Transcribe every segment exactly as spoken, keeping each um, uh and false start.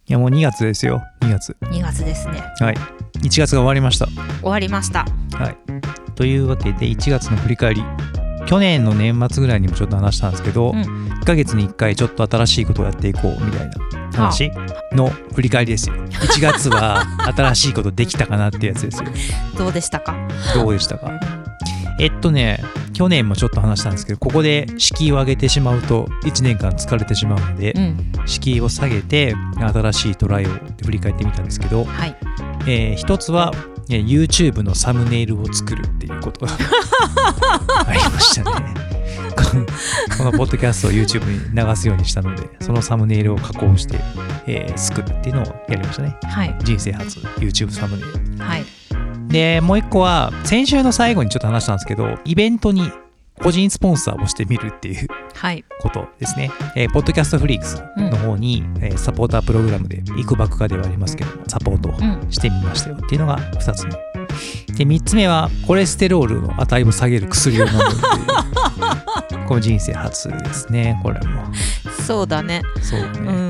いやもうにがつですよ。にがつにがつですね。 はい、いちがつが終わりました。 終わりました。 はい、というわけでいちがつの振り返り、去年の年末ぐらいにもちょっと話したんですけど、うん、いっかげつにいっかいちょっと新しいことをやっていこうみたいな話の振り返りですよ。いちがつは新しいことできたかなってやつですよ。 どうでしたかどうでしたかえっとね去年もちょっと話したんですけど、ここで敷居を上げてしまうといちねんかん疲れてしまうので、うん、敷居を下げて新しいトライを振り返ってみたんですけど、はい、えー、一つは YouTube のサムネイルを作るっていうことがありましたね。このポッドキャストを YouTube に流すようにしたので、そのサムネイルを加工して、えー、作るっていうのをやりましたね、はい、人生初 YouTube サムネイル、はい、でもう一個は先週の最後にちょっと話したんですけど、イベントに個人スポンサーをしてみるっていうことですね、はい、えー、ポッドキャストフリークスの方に、うん、えー、サポータープログラムでいくばくかではありますけどもサポートをしてみましたよっていうのがふたつめで、みっつめはコレステロールの値を下げる薬を飲むっていうこの人生初ですね。これもそうだね。 そうね、うんうん、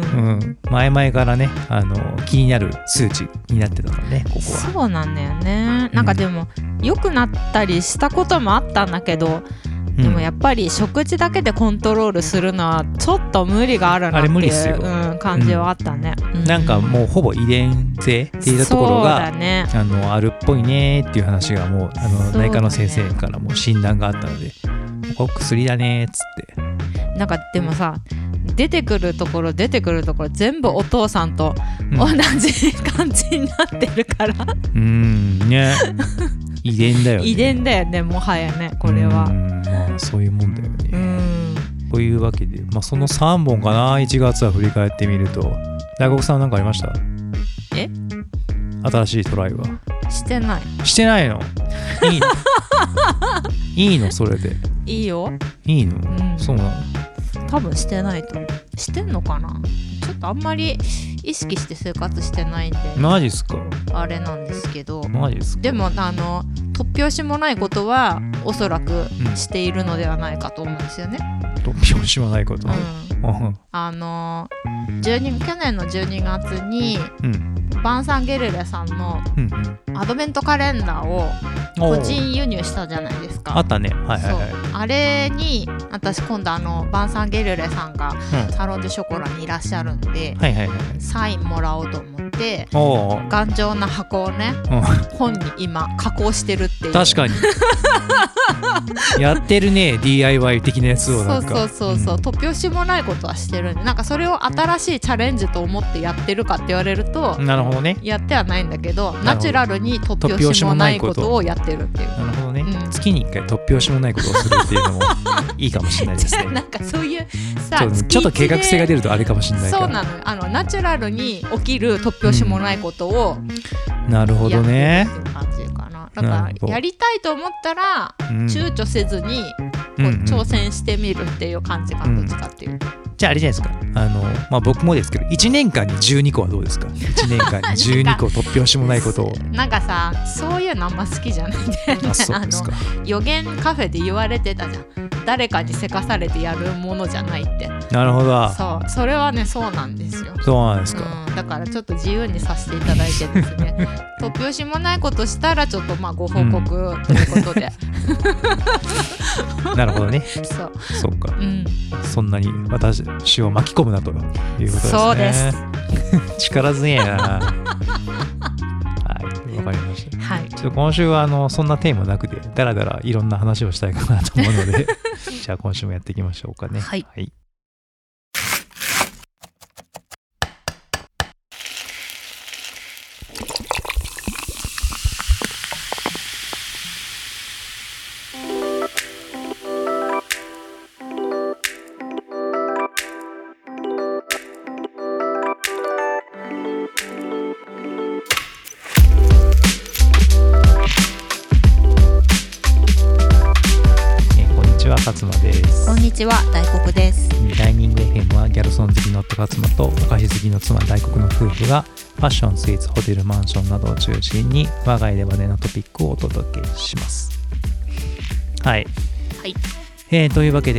前々からねあの気になる数値になってたのね、ここは。 そうなんだよね。なんかでも、うん、良くなったりしたこともあったんだけど、でもやっぱり食事だけでコントロールするのはちょっと無理があるなっていう、うん、感じはあったね、うん、 なんかもうほぼ遺伝性っていったところが、ね、あのあるっぽいねっていう話がもうあの内科の先生からも診断があったので、これ薬だねっつって。 なんかでもさ、出てくるところ出てくるところ全部お父さんと同じ感じになってるから、 うん、うんね遺伝だよね。 遺伝だよね、もはやね、これは。うん、 まあそういうもんだよね。うん、というわけで、まあ、そのさんぼんかな、いちがつは振り返ってみると。大黒さんなんかありました？ え？ 新しいトライはしてない。してないの？いいの？いいのそれで。 いいよ。 いいの？うん、そうなの？ 多分してないと思う。してんのかな？ちょっとあんまり意識して生活してないんで。 マジっすか？ あれなんですけど。 マジっすか？ でもあの突拍子もないことはおそらくしているのではないかと思うんですよね。 突拍子もないこと、うん、 あのじゅうに去年のじゅうにがつに、うん、バンサンゲルレさんのアドベントカレンダーを個人輸入したじゃないですか。 あったね、はいはいはい、 あれに私今度あのバンサンゲルレさんがサロン・デュ・ショコラにいらっしゃるんで、うん、はいはいはい、サインもらおうと思って頑丈な箱をね、うん、本に今加工してるっていう。 確かにやってるね ディーアイワイ 的なやつをなんか。 そうそうそうそう、うん、突拍子もないことはしてるんで、なんかそれを新しいチャレンジと思ってやってるかって言われると、 なるほどね、 やってはないんだけど、ナチュラルに突拍子もないことをやってるっていう。 なるほどね、うん、月にいっかい突拍子もないことをするっていうのもいいかもしれないですね。 なんかそういうさ、 ちょっと計画性が出るとあれかもしれないから。 そうなの、あのナチュラルに起きる突拍子もないことを、 うん、なるほどね、 やってるっていう感じかな。だからやりたいと思ったら、うん、躊躇せずにこう挑戦してみるっていう感じか、どっちかっていうと、うん、 じゃああれじゃないですか、あの、まあ、僕もですけどいちねんかんにじゅうにこはどうですか？いちねんかんにじゅうにこ突拍子もないことをなんかさ、そういうのあんま好きじゃないんだよね。あ、そうですか。あの予言カフェで言われてたじゃん、誰かにせかされてやるものじゃないって。 なるほど。 そう、それはね、そうなんですよ。 そうなんですか、 うん、だからちょっと自由にさせていただいてですね突拍子もないことしたらちょっとまあご報告ということで、 うん、なるほどね。 そうそうか、うん、そんなに私を巻き込むなということですね。 そうです力強いなはい、わかりました、 はい、 ちょっと今週はあのそんなテーマなくてだらだらいろんな話をしたいかなと思うのでじゃあ今週もやっていきましょうかね。 はい、はい。 勝間です。 こんにちは、大黒です。 ダイニング エフエム はギャルソン好きの夫勝間とお菓子好きの妻大黒の夫婦がファッション、スイーツ、ホテル、マンションなどを中心に我が家で話題のトピックをお届けします。はい、はい、えー、というわけで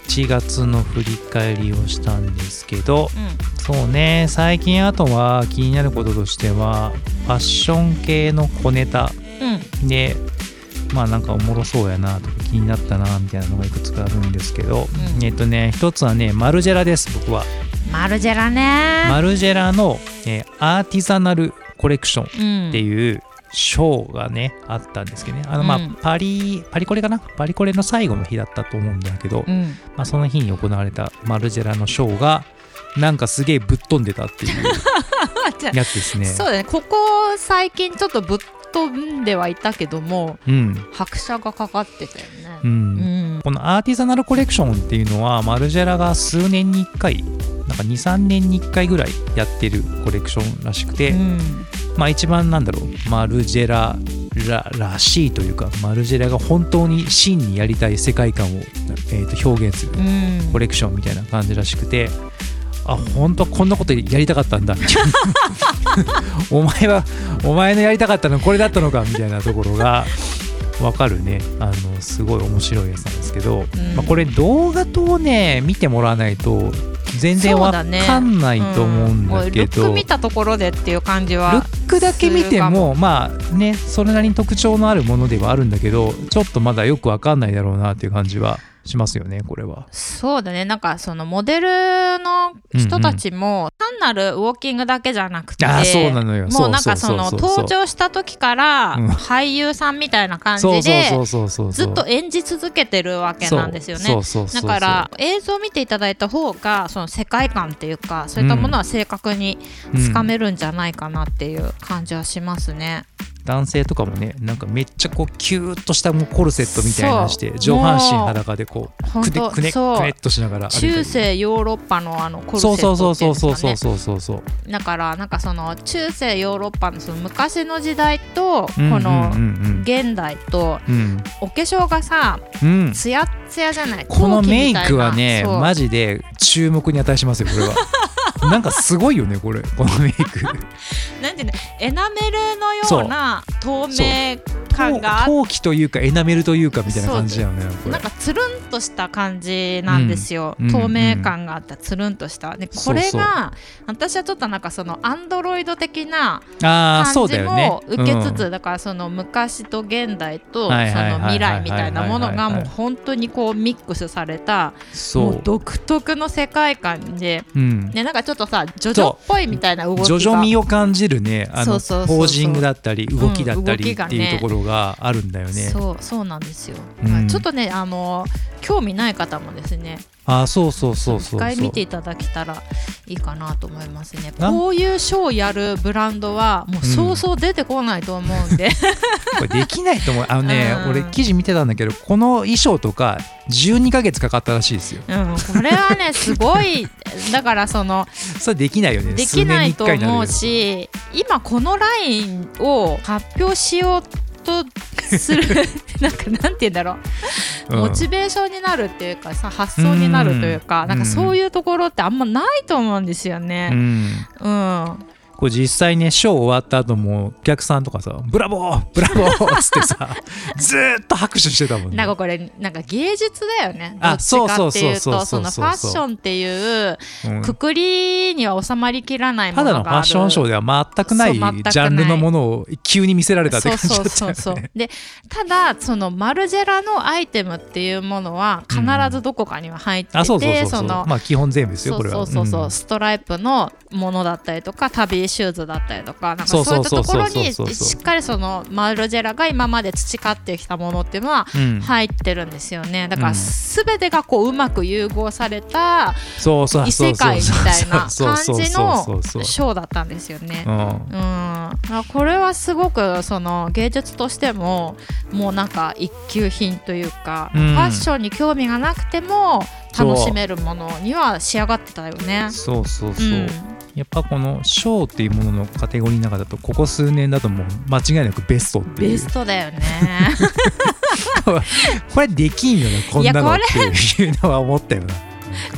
ちがつの振り返りをしたんですけど、うん、そうね最近あとは気になることとしてはファッション系の小ネタ、うん、でまあなんかおもろそうやなとか気になったなみたいなのがいくつかあるんですけど、うん、えっとね一つはねマルジェラです僕は。 マルジェラね。 マルジェラの、えー、アーティザナルコレクションっていう、うんショーがねあったんですけどねあのまあ、うん、パリパリコレかなパリコレの最後の日だったと思うんだけど、うんまあ、その日に行われたマルジェラのショーがなんかすげえぶっ飛んでたっていうやつですね。 そうだねここ最近ちょっとぶっ飛んではいたけども、うん、拍車がかかってたよね、うんうん、 このアーティザナルコレクションっていうのはマルジェラが数年にいっかいなんか にさんねんにいっかいぐらいやってるコレクションらしくて、うんまあ一番なんだろうマルジェラ ら, らしいというかマルジェラが本当に真にやりたい世界観を、えー、と表現するコレクションみたいな感じらしくて、うん、あ本当こんなことやりたかったんだみたいなお前はお前のやりたかったのこれだったのかみたいなところがわかるねあのすごい面白いやつなんですけど、うんまあ、これ動画とね見てもらわないと全然わかんないと思うんだけど、 ルック見たところでっていう感じはルックだけ見てもまあねそれなりに特徴のあるものではあるんだけどちょっとまだよくわかんないだろうなっていう感じはしますよねこれは。 そうだねなんかそのモデルの人たちも単なるウォーキングだけじゃなくて、 うんうん、あそうなのよもうなんかその登場した時から俳優さんみたいな感じでずっと演じ続けてるわけなんですよね。だから映像を見ていただいた方がその世界観っていうかそういったものは正確につかめるんじゃないかなっていう感じはしますね、 うん男性とかもねなんかめっちゃこうキューッとしたもうコルセットみたいなのして上半身裸でこうくねくねくねっとしながら中世ヨーロッパのあのコルセットっていうんですかね。 そうそうそうそうそうそうだからなんかその中世ヨーロッパのその昔の時代とこの現代とお化粧がさツヤツヤじゃない、 このメイクはねマジで注目に値しますよこれはなんかすごいよねこれこのメイクなんていうのエナメルのような透明感が陶器というかエナメルというかみたいな感じだよねこれ。 なんかつるんとした感じなんですよ、うん、透明感があったつるんとしたでこれがそうそう私はちょっとなんかそのアンドロイド的な感じも受けつつ、ねうん、だからその昔と現代とその未来みたいなものがもう本当にこうミックスされたもう独特の世界観で、うん、でなんかちょっとさジョジョっぽいみたいな動きがジョジョ味を感じるねあのポージングだったり動きだったりっていうところがあるんだよね、うん、 そうそうなんですよ、うん、ちょっとねあの興味ない方もですねあそうそうそうそう一回見ていただけたらいいかなと思いますね。こういうショーをやるブランドはもうそうそう出てこないと思うんで、うん、 これできないと思うあのね、うん、俺記事見てたんだけどこの衣装とかじゅうにかげつかかったらしいですよ、 うん、これはねすごいだからそのそれできないよねできないと思うし今このラインを発表しようとするなんかなんて言うんだろう、うん、モチベーションになるっていうかさ発想になるというか、うん、なんかそういうところってあんまないと思うんですよね、うん、うんこれ実際ねショー終わった後もお客さんとかさブラボーブラボーっつってさずーっと拍手してたもんね。 なんかこれなんか芸術だよねどっちかっていうとそのファッションっていうくくりには収まりきらないものがある、 ただのファッションショーでは全くないジャンルのものを急に見せられたって感じだったよね。そうそうそうそうでただそのマルジェラのアイテムっていうものは必ずどこかには入ってて、うん、あそうそうそうそうそのまあ基本全部ですよこれは。 そうそうそうそう、うん、ストライプのものだったりとか旅シューズだったりとかなんかそういったところにしっかりそのマルジェラが今まで培ってきたものっていうのは入ってるんですよね。だから全てがこううまく融合された異世界みたいな感じのショーだったんですよね。うん、これはすごくその芸術としてももうなんか一級品というか、うん、ファッションに興味がなくても楽しめるものには仕上がってたよね。 そうそうそう、うんやっぱこのショーっていうもののカテゴリーの中だとここ数年だともう間違いなくベストっていうベストだよねこれできんよなこんなのっていうのは思ったよな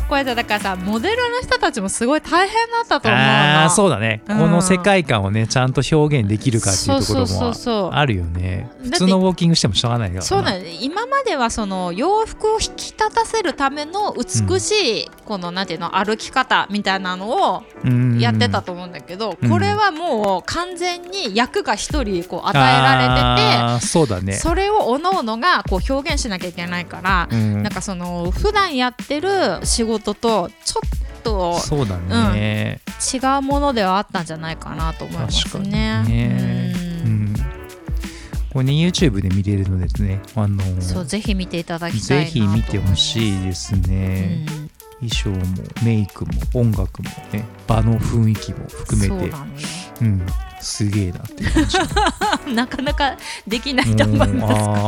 これだからさモデルの人たちもすごい大変だったと思うの。 ああそうだね、うん、この世界観をねちゃんと表現できるかっていうところもあるよね。普通のウォーキングしてもしょうがないからな。 そうなんです。今まではその洋服を引き立たせるための美しいこのなんていうの歩き方みたいなのをやってたと思うんだけど、これはもう完全に役が一人こう与えられてて、 あそうだね、 それを各々がこう表現しなきゃいけないから、うん、なんかその普段やってる仕事とちょっとそうだね、 うん、違うものではあったんじゃないかなと思いますね。 確かにね、うんうん、これね YouTube で見れるのですね、あのー、 そうぜひ見ていただきたいなと思います。 ぜひ見てほしいですね、うん、衣装もメイクも音楽もね場の雰囲気も含めてそうなのよ、 うん、すげえなって感じなかなかできないと思いますから、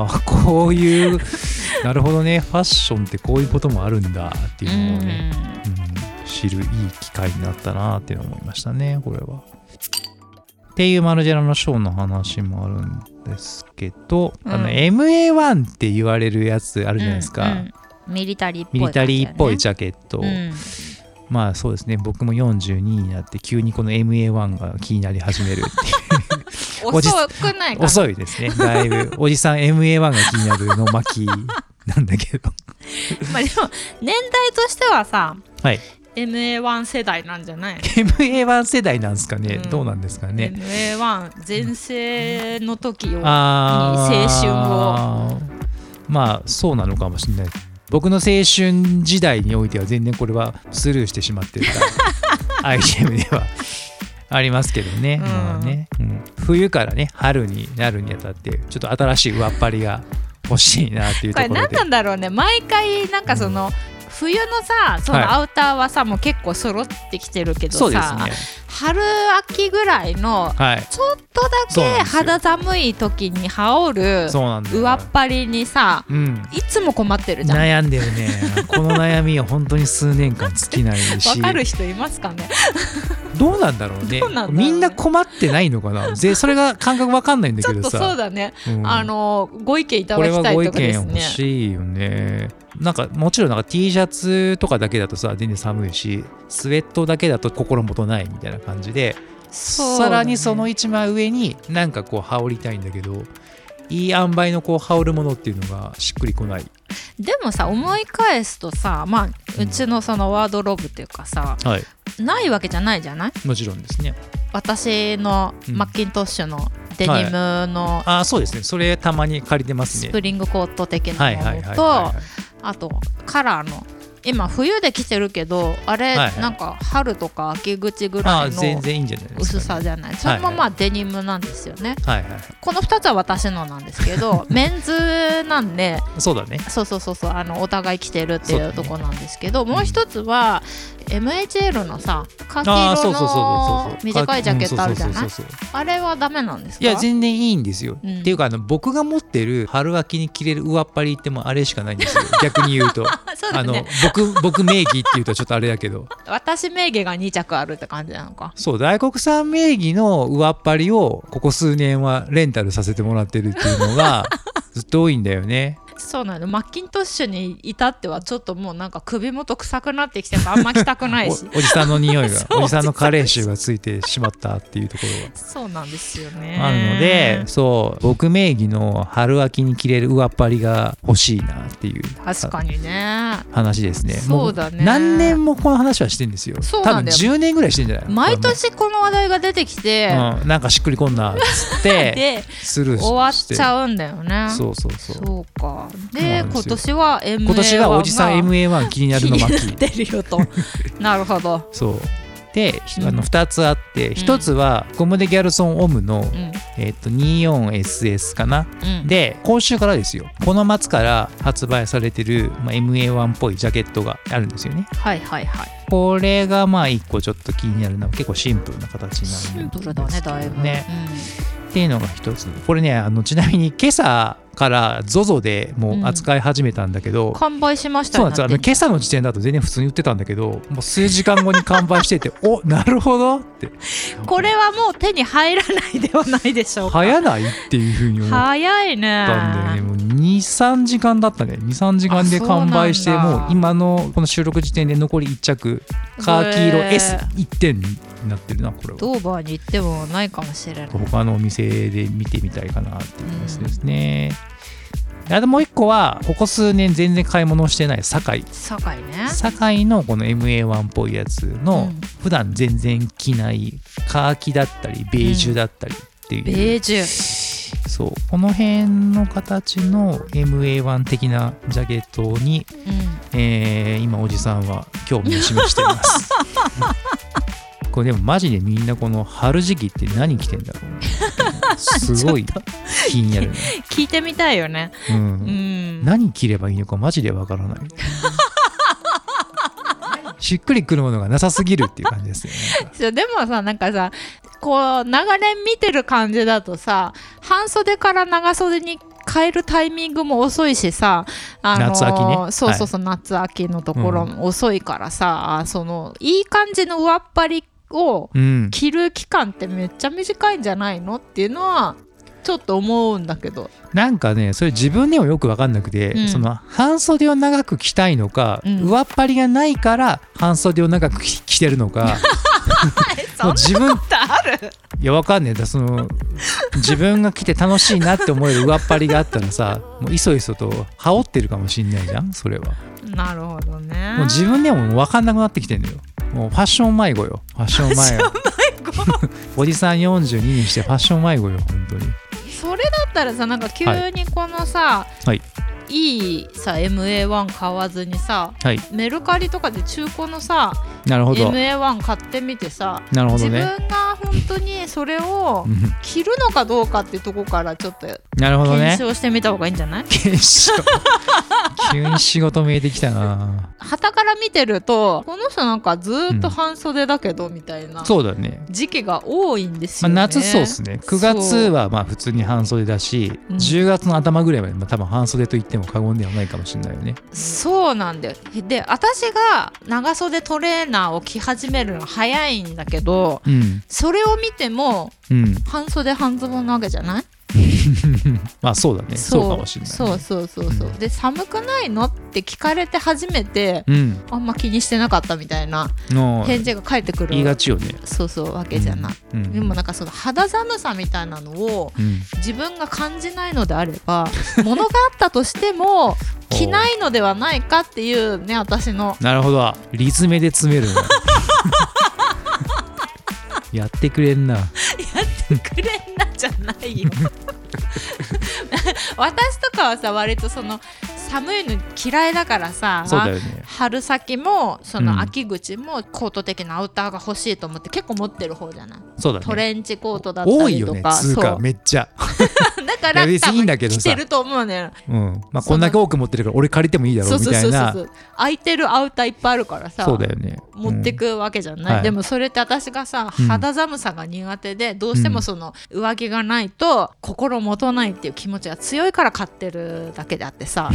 あこういうなるほどね、ファッションってこういうこともあるんだっていうのをね、うんうん、知るいい機会になったなっていうのを思いましたね、これは。っていうマルジェラのショーの話もあるんですけど、うん、あの エムエーワン って言われるやつあるじゃないですか、うんうん、ミリタリーっぽい、 ね、ミリタリーっぽいジャケット、うん、まあそうですね、僕もよんじゅうにになって急にこの エムエーワン が気になり始めるっていう遅くないかな。 遅いですね、だいぶおじさん エムエーワン が気になるの巻なんだけどまあでも年代としてはさ、 はい、 エムエーワン 世代なんじゃない？ エムエーワン 世代なんですかね、うん、どうなんですかね。 エムエーワン 全盛の時を、うん、に青春をまあそうなのかもしれない。僕の青春時代においては全然これはスルーしてしまってるからアイテムではありますけどね、うんまあねうん、冬からね春になるにあたってちょっと新しい上っ張りが欲しいなっていうところで、 これ何なんだろうね、毎回なんかその、うん、冬のさそのアウターはさ、はい、もう結構揃ってきてるけどさ、そうですね、春秋ぐらいのちょっとだけ肌寒い時に羽織る上っ張りにさ、うん、いつも困ってるじゃん。 悩んでるねこの悩みは本当に数年間尽きないしわかる人いますかねどうなんだろうね、うねみんな困ってないのかなぜそれが感覚わかんないんだけどさ、 ちょっとそうだね、うん、あのご意見いただきたいところですね。 これはご意見欲しいよね。なんかもちろんなんか T シャツとかだけだとさ全然寒いし、スウェットだけだと心もとないみたいな感じで、 そうさらにその一枚上になんかこう羽織りたいんだけど、いい塩梅のこう羽織るものっていうのがしっくりこない。 でもさ思い返すとさ、まあうちのそのワードローブっていうかさ、うんはい、ないわけじゃないじゃない。 もちろんですね。 私のマッキントッシュのデニムの、 はい、あそうですね、それたまに借りてますね。 スプリングコート的なものと、あとカラーの今冬で着てるけどあれ、はいはい、なんか春とか秋口ぐらいの薄さじゃない。それもまあデニムなんですよね、はいはい、このふたつは私のなんですけどメンズなんでそうだね、 そうそうそうそう、あのお互い着てるっていうとこなんですけど、もう一つは エムエイチエル のさカキ色の短いジャケットあるじゃない。あれはダメなんですか。 いや全然いいんですよ、うん、っていうかあの僕が持ってる春秋に着れる上っ張りってもあれしかないんですよ逆に言うとそうだね、 あの 僕, 僕名義っていうとちょっとあれだけど私名義がに着あるって感じなのか。 そう、大黒さん名義の上っ張りをここ数年はレンタルさせてもらってるっていうのがずっと多いんだよね。 そうなの、マッキントッシュに至ってはちょっともうなんか首元臭くなってきてあんま着たくないしお, おじさんの匂いがおじさんの加齢臭がついてしまったっていうところがそうなんですよね。 あるので、そう僕名義の春秋に着れる上っ張りが欲しいなっていう確かにね話ですね。 そうだね、 何年もこの話はしてるんですよ。そうなんだよ、多分じゅうねんぐらいしてるんじゃない。 毎年この話題が出てきて、 うん、なんかしっくりこんなっつってでスルーして終わっちゃうんだよね。 そうそうそうそうか。で今年は エムエーワン今年はおじさん エムエーワン 気になるの巻気になってるよとなるほど。 そうで、うん、あのふたつあって、ひとつはコムデ・ギャルソン・オムの、うんえー、と にじゅうよんエスエス かな、うん、で今週からですよ、この末から発売されてる、まあ、エムエーワン っぽいジャケットがあるんですよね。 はいはいはい。 これがまあいっこちょっと気になるのは結構シンプルな形になるんです、ね、 シンプルだねだいぶね、 うん、っていうのがひとつ。これねあのちなみに今朝から ゾゾ でもう扱い始めたんだけど、うん、 完売しました。 そうなんですよ。あの今朝の時点だと全然普通に売ってたんだけど、もう数時間後に完売してておなるほどってこれはもう手に入らないではないでしょうか。 早ないっていう風に思ったんだよね。 早いね。 もうににさんじかんだったね。にさんじかんで完売して、もう今のこの収録時点で残りいっ着、カーキ色 エスいってんになってるな。これはドーバーに行ってもないかもしれない。 他のお店で見てみたいかなっていう感じですね、うん、あともう一個はここ数年全然買い物してない堺堺ね。 堺のこの エムエーワン っぽいやつの、うん、普段全然着ないカーキだったりベージュだったりっていう、うん、 ベージュそうこの辺の形の エムエーワン 的なジャケットに、うんえー、今おじさんは興味を示していますこれでもマジでみんなこの春時期って何着てんだろうすごい気になるね聞いてみたいよね、 うんうん、何着ればいいのかマジでわからないしっくりくるものがなさすぎるっていう感じですよねでもさなんかさこう流れ見てる感じだとさ半袖から長袖に変えるタイミングも遅いしさ、 あのー、夏秋ねそうそうそう、はい、夏秋のところも遅いからさ、うん、そのいい感じの上っ張りを着る期間ってめっちゃ短いんじゃないのっていうのはちょっと思うんだけど、 なんかねそれ自分でもよく分かんなくて、うん、その半袖を長く着たいのか、うん、上っ張りがないから半袖を長く着てるのかそんなことある？ いや分かんねえだその自分が着て楽しいなって思える上っ張りがあったらさもういそいそと羽織ってるかもしんないじゃんそれは。 なるほどね。 もう自分でも分かんなくなってきてんのよ。もうファッション迷子よファッション迷子おじさんよんじゅうににしてファッション迷子よ本当に。 それだったらさなんか急にこのさ、はい、いいさ エムエーワン 買わずにさ、はい、メルカリとかで中古のさなるほどエムエーワン 買ってみてさ、 なるほど、ね、 自分が本当にそれを着るのかどうかっていうところからちょっと検証してみた方がいいんじゃない？ 検証急に仕事見えてきたな。 傍から見てるとこの人なんかずっと半袖だけどみたいな、 うん、そうだね時期が多いんですよね、 まあ、夏そうですね。くがつはまあ普通に半袖だし、うん、じゅうがつの頭ぐらいまで多分半袖と言っても過言ではないかもしれないよね。 そうなんだよ。で私が長袖トレーナーを着始めるの早いんだけど、うん、それを見ても、うん、半袖半ズボンなわけじゃないまあそうだね。そう、そうかもしれない、ね、 そうそうそうそう、うん、で寒くないのって聞かれて初めて、うん、あんま気にしてなかったみたいな返事が返ってくる言いがちよね。 そうそうわけじゃない、うんうん、でもなんかその肌寒さみたいなのを自分が感じないのであれば、うん、物があったとしても着ないのではないかっていうね私の。 なるほどリズムで詰めるのやってくれんなやってくれんなじゃないよ私とかはさ割とその寒いの嫌いだからさ、 そうだよね、 春先もその秋口もコート的なアウターが欲しいと思って結構持ってる方じゃない。 そうだね、 トレンチコートだったりとか。 多いよねつうかめっちゃだから多分着てると思うね、 うんまあ、こんだけ多く持ってるから俺借りてもいいだろうみたいな。 そうそうそうそう空いてるアウターいっぱいあるからさ。 そうだよね、 持ってくわけじゃない、うん、でもそれって私がさ肌寒さが苦手で、うん、どうしてもその上着がないと心もとないっていう気持ちが強いから買ってるだけであってさ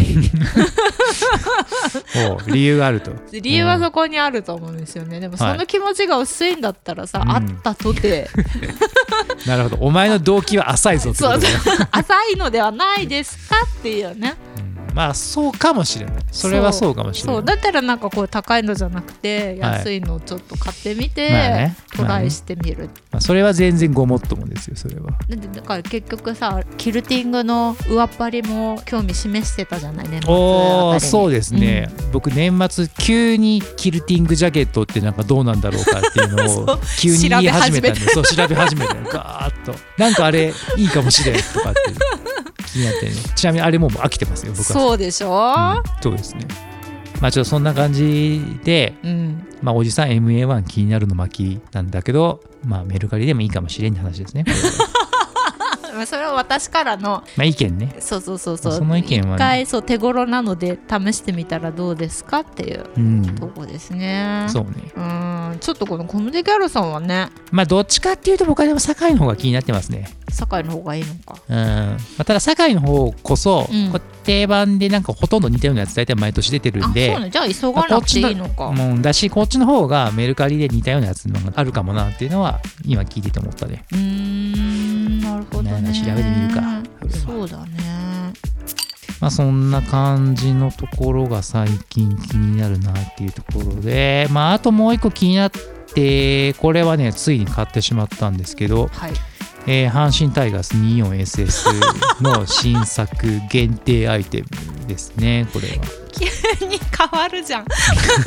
お理由があると。 理由はそこにあると思うんですよね、うん、でもその気持ちが薄いんだったらさ、はい、あったとてなるほどお前の動機は浅いぞってことだよ浅いのではないですかっていうね、 うん、まあそうかもしれない。それはそうかもしれない。 そうだったらなんかこう高いのじゃなくて安いのをちょっと買ってみて、はいまあね、トライしてみる、まあねまあ、それは全然ごもっともですよそれは。 だから結局さキルティングの上っ張りも興味示してたじゃない年末。 おそうですね、うん、僕年末急にキルティングジャケットってなんかどうなんだろうかっていうのを急に言い始めたんでそう調べ始めたのガーッとなんかあれいいかもしれんとかって気になってね。ちなみにあれもう飽きてますよ僕は。 そうでしょ、うん、 そうですね。まあちょっとそんな感じで、うんまあ、おじさん エムエーワン 気になるの巻なんだけど、まあ、メルカリでもいいかもしれんって話ですねこれそれは私からの、 まあ、意見ね。 そうそうそうそう。 その意見は、ね、 一回そう手頃なので試してみたらどうですかっていう、うん、とこですね。 そうね。 うんちょっとこのコムデギャルさんはねまあどっちかっていうと僕はでも堺の方が気になってますね。 堺の方がいいのか。 うん、まあ、ただ堺の方こそ、うん、こ定番でなんかほとんど似たようなやつ大体毎年出てるんで。 あそうね。じゃあ急がなくていいのか。 まあ、だしこっちの方がメルカリで似たようなやつのがあるかもなっていうのは今聞いてて思ったね。 うーんなるほどね。 調べてみるか。 そうだね。 まあそんな感じのところが最近気になるなっていうところで、まああともう一個気になってこれはねついに買ってしまったんですけど、 はい、 えー、阪神タイガース にじゅうよんエスエス の新作限定アイテムですね。これは急に変わるじゃん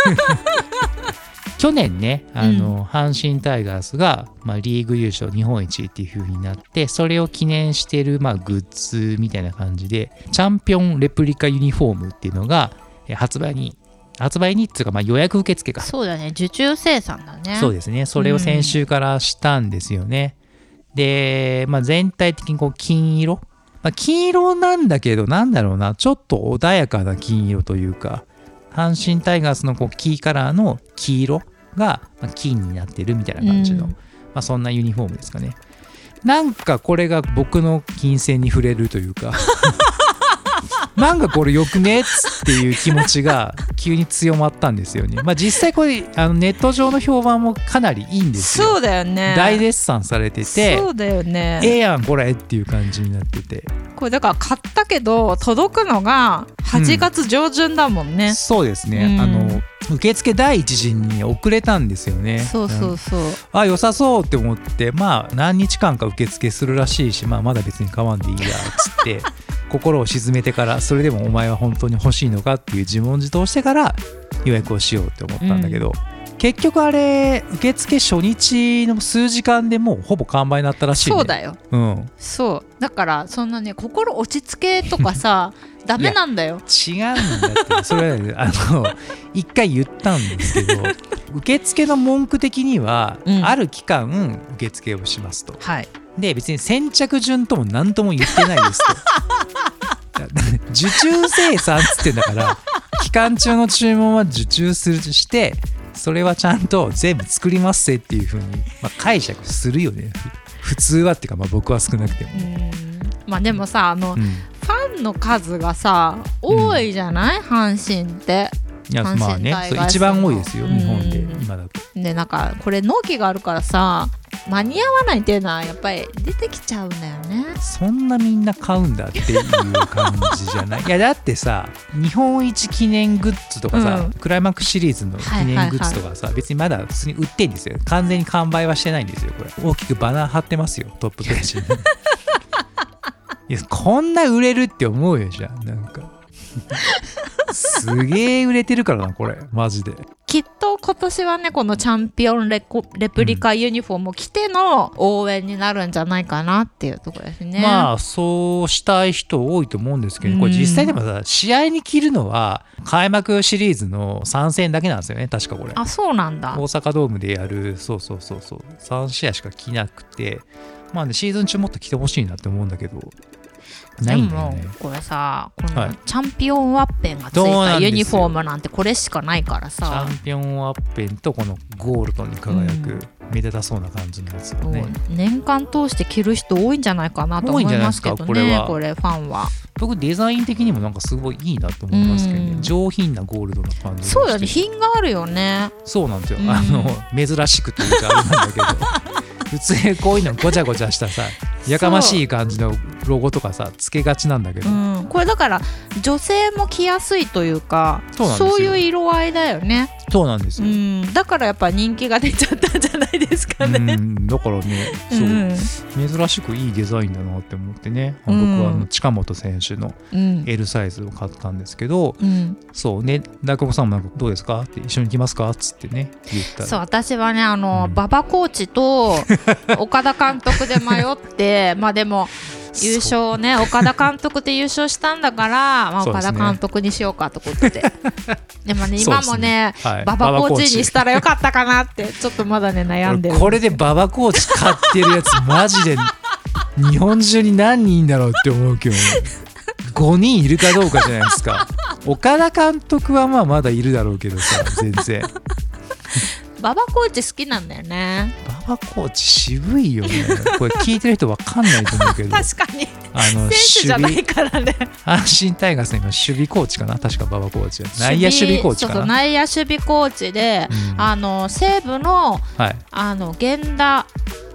去年ねあの、うん、阪神タイガースが、まあ、リーグ優勝日本一っていう風になってそれを記念してる、まあ、グッズみたいな感じでチャンピオンレプリカユニフォームっていうのが発売に発売にっていうか、まあ、予約受付かそうだね受注生産だね。 そうですねそれを先週からしたんですよね、うん、で、まあ、全体的にこう金色、まあ、金色なんだけどなんだろうなちょっと穏やかな金色というか阪神タイガースのこうキーカラーの黄色が金になってるみたいな感じの、うんまあ、そんなユニフォームですかね。なんかこれが僕の金銭に触れるというかなんかこれよくねっていう気持ちが急に強まったんですよね。まあ実際これあのネット上の評判もかなりいいんですよ。 そうだよね。 大絶賛されててそうだよね。 ええやんこれっていう感じになっててこれだから買ったけど届くのがはちがつ上旬だもんね、 うん、そうですね、うん、あの受付第一陣に遅れたんですよね。 そうそうそうあ良さそうって思ってまあ何日間か受付するらしいし、まあ、まだ別に買わんでいいやっつって心を沈めてからそれでもお前は本当に欲しいのかっていう自問自答してから予約をしようって思ったんだけど、うん、結局あれ受付初日の数時間でもうほぼ完売になったらしい、ね、 そうだよ、 うん、 そうだからそんなね心落ち着けとかさダメなんだよ。 違うんだってそれは、ね、あの一回言ったんですけど受付の文句的には、うん、ある期間受付をしますと、 はい、 で別に先着順とも何とも言ってないですと受注生産っつってんだから期間中の注文は受注するしてそれはちゃんと全部作りますっていう風に、まあ、解釈するよね普通はっていうか、まあ、僕は少なくても。 うんまあでもさあの、うん、ファンの数がさ多いじゃない、うん、阪神って。 いやまあねそう一番多いですよ日本で今だと。 でなんかこれ納期があるからさ間に合わないっていうのはやっぱり出てきちゃうんだよね。 そんなみんな買うんだっていう感じじゃないいやだってさ日本一記念グッズとかさ、うん、クライマックスシリーズの記念グッズとかさ、はいはいはい、別にまだ普通に売ってんですよ。完全に完売はしてないんですよ。これ大きくバナー貼ってますよトップページにいやこんな売れるって思うよじゃんなんかすげえ売れてるからなこれマジで。 きっと今年はねこのチャンピオンレコレプリカユニフォームを着ての応援になるんじゃないかなっていうところですね、 うん、まあそうしたい人多いと思うんですけど、これ実際でもさ試合に着るのは開幕シリーズのさん戦だけなんですよね確かこれ。 あそうなんだ。 大阪ドームでやるそうそうそうそうさん試合しか着なくてまあねシーズン中もっと着てほしいなって思うんだけどないんだよね。 でもこれさこのチャンピオンワッペンがついたユニフォームなんてこれしかないからさ、 チャンピオンワッペンとこのゴールドに輝くめでたそうな感じのやつよね、 うん、年間通して着る人多いんじゃないかなと思いますけどね。これはこれファンは僕デザイン的にもなんかすごいいいなと思いますけどね、うん、上品なゴールドな感じ。 そうだね品があるよね。 そうなんですよ、うん、あの珍しくというかあれなんだけど普通にこういうのごちゃごちゃしたさやかましい感じのロゴとかさつけがちなんだけど、うん、 これだから女性も着やすいというか そう、そういう色合いだよね。 そうなんですよ、 うん、だからやっぱ人気が出ちゃったんじゃないですかね。 うんだからねそう、うん、珍しくいいデザインだなって思ってね、うん、僕はあの近本選手の エル サイズを買ったんですけど、うん、そうね大久保さんもなんかどうですかって一緒に行きますかっつってね言ったら。 そう私はねあの、うん、馬場コーチと岡田監督で迷ってまあでも優勝ね岡田監督で優勝したんだから、まあ、岡田監督にしようかということででもね今もね馬場コーチにしたらよかったかなってちょっとまだね悩んでる。 これで馬場コーチ買ってるやつマジで日本中に何人いんだろうって思うけどねごにんいるかどうかじゃないですか。岡田監督はまあまだいるだろうけどさ全然馬場コーチ好きなんだよね。 馬場コーチ渋いよね。これ聞いてる人分かんないと思うけど確かにあの選手じゃないからね。 阪神タイガースの今守備コーチかな確か馬場コーチ内野守備コーチかな。 そうそう内野守備コーチで、うん、あの西武の、はい、あの源田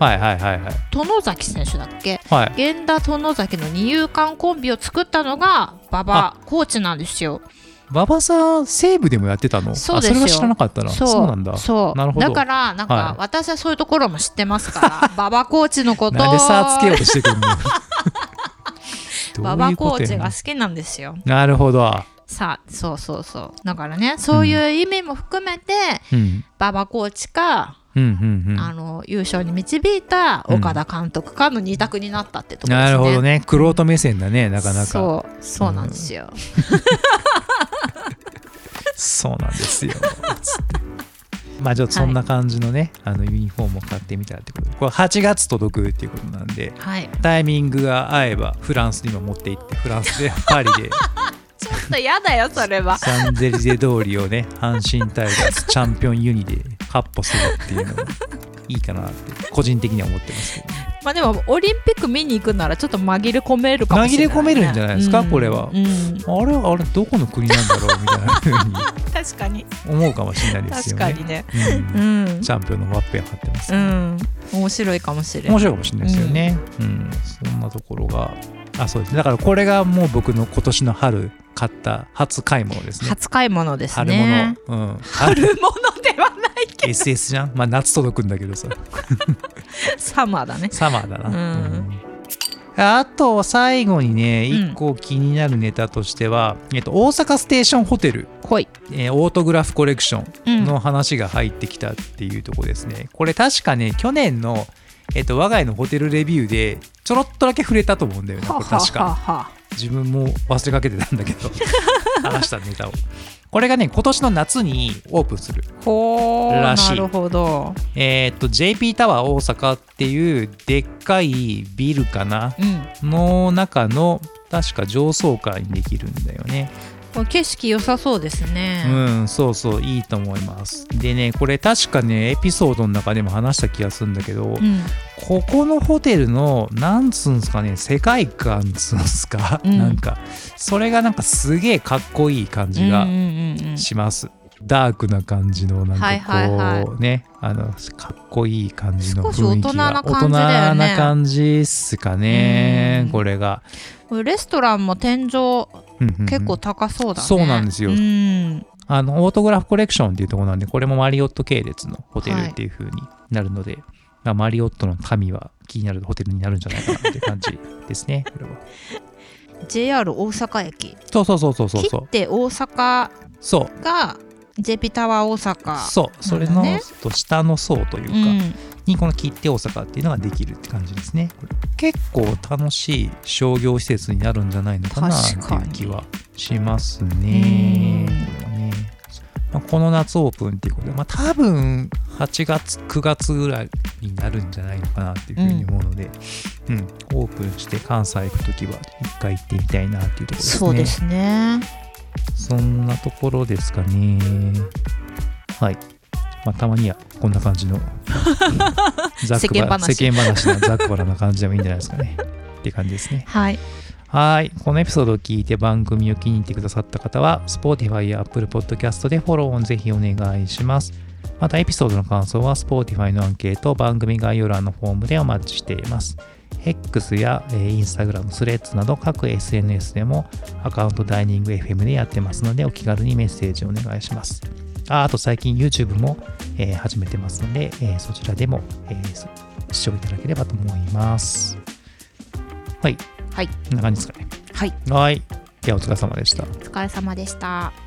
はいはいはいはい、 外崎選手だっけ、 はい、 源田外崎の二遊間コンビを作ったのが馬場コーチなんですよ。 馬場さん西武でもやってたの？ そうですよ。 あ、それは知らなかったな。 そう、 そうなんだ。 そうなるほど。 だからなんか、はい、私はそういうところも知ってますから馬場コーチのことをなんで差つけようとしてくるの馬場コーチが好きなんですよ。 なるほど。 さあ、そうそうそう。だからね、そういう意味も含めて、うん、馬場コーチか、うんうんうん、あの優勝に導いた岡田監督かの二択になったってところですね。 なるほどね。玄人目線だね、なかなか。 そう、そうなんですよ。 そうなんですよ。まあちょっとそんな感じのね、はい、あのユニフォームを買ってみたってことで、これはちがつ届くっていうことなんで、はい、タイミングが合えばフランスにも持って行って、フランスでパリでちょっとやだよそれは。 シャンゼリゼ通りをね、阪神タイガースチャンピオンユニでカッポするっていうのもいいかなって個人的には思ってますけど、ね、 まあでもオリンピック見に行くならちょっと紛れ込めるかもしれない、ね、 紛れ込めるんじゃないですか、うん、これは、 うん、 あれあれどこの国なんだろうみたいな風に確かに思うかもしれないですよね。 確かにね、 うんうん、チャンピオンのワッペンを貼ってます、ね、うん、 面白いかもしれない。 面白いかもしれないですよね、うんうん、そんなところが、あ、そうですね。だからこれがもう僕の今年の春買った初買い物ですね。 初買い物ですね。 春物、うん、 春物ではないけどエスエス じゃん。まあ夏届くんだけどさサマーだね。 サマーだな、うんうん、あと最後にね一個気になるネタとしては、うん、えっと、大阪ステーションホテル、 はい、 えー、オートグラフコレクションの話が入ってきたっていうところですね、うん、これ確かね去年のえっと、我が家のホテルレビューでちょろっとだけ触れたと思うんだよね。これ確かははは自分も忘れかけてたんだけど話したネタを。これがね今年の夏にオープンするらしい。 なるほど。 えー、っと ジェイピー タワー大阪っていうでっかいビルかな、うん、の中の確か上層階にできるんだよね。 景色良さそうですね。 うん、そうそういいと思います。でねこれ確かねエピソードの中でも話した気がするんだけど、うん、ここのホテルのなんつうんすかね世界観つうんすか、うん、なんかそれがなんかすげえかっこいい感じがします、うんうんうん、ダークな感じのなんかこう、はいはいはい、ねあのかっこいい感じの雰囲気が少し大人な感じだよね。 大人な感じっすかね、うん、これがレストランも天井結構高そうだね。 そうなんですよ、うん、あのオートグラフコレクションっていうところなんでこれもマリオット系列のホテルっていう風になるので、はい、まあ、マリオットの神は気になるホテルになるんじゃないかなっていう感じですねこれはジェイアール 大阪駅、 そうそうそうそうそう切って大阪が ジェイピー タワー大阪、 そうそれのと下の層というか、うん、にこの切手大阪っていうのができるって感じですね。結構楽しい商業施設になるんじゃないのかなっていう気はしますね。これはね、まあ、この夏オープンっていうことで、まあ、多分はちがつくがつぐらいになるんじゃないのかなっていうふうに思うので、うんうん、オープンして関西行くときは一回行ってみたいなっていうところですね。 そうですね。 そんなところですかね。はい。まあ、たまにはこんな感じのざっくば世間話のざっくばらな感じでもいいんじゃないですかねっていう感じですね。 はい。 はい。このエピソードを聞いて番組を気に入ってくださった方は Spotify や Apple Podcast でフォローをぜひお願いします。またエピソードの感想は Spotify のアンケート、番組概要欄のフォームでお待ちしています。X や、えー、Instagram、スレッズなど各 エスエヌエス でもアカウントダイニング エフエム でやってますのでお気軽にメッセージをお願いします。あ, あと最近 YouTube も、えー、始めてますので、えー、そちらでも、えー、視聴いただければと思います。はい。 はい。 こんな感じですかね。 はい。 はい。ではお疲れ様でした。お疲れ様でした。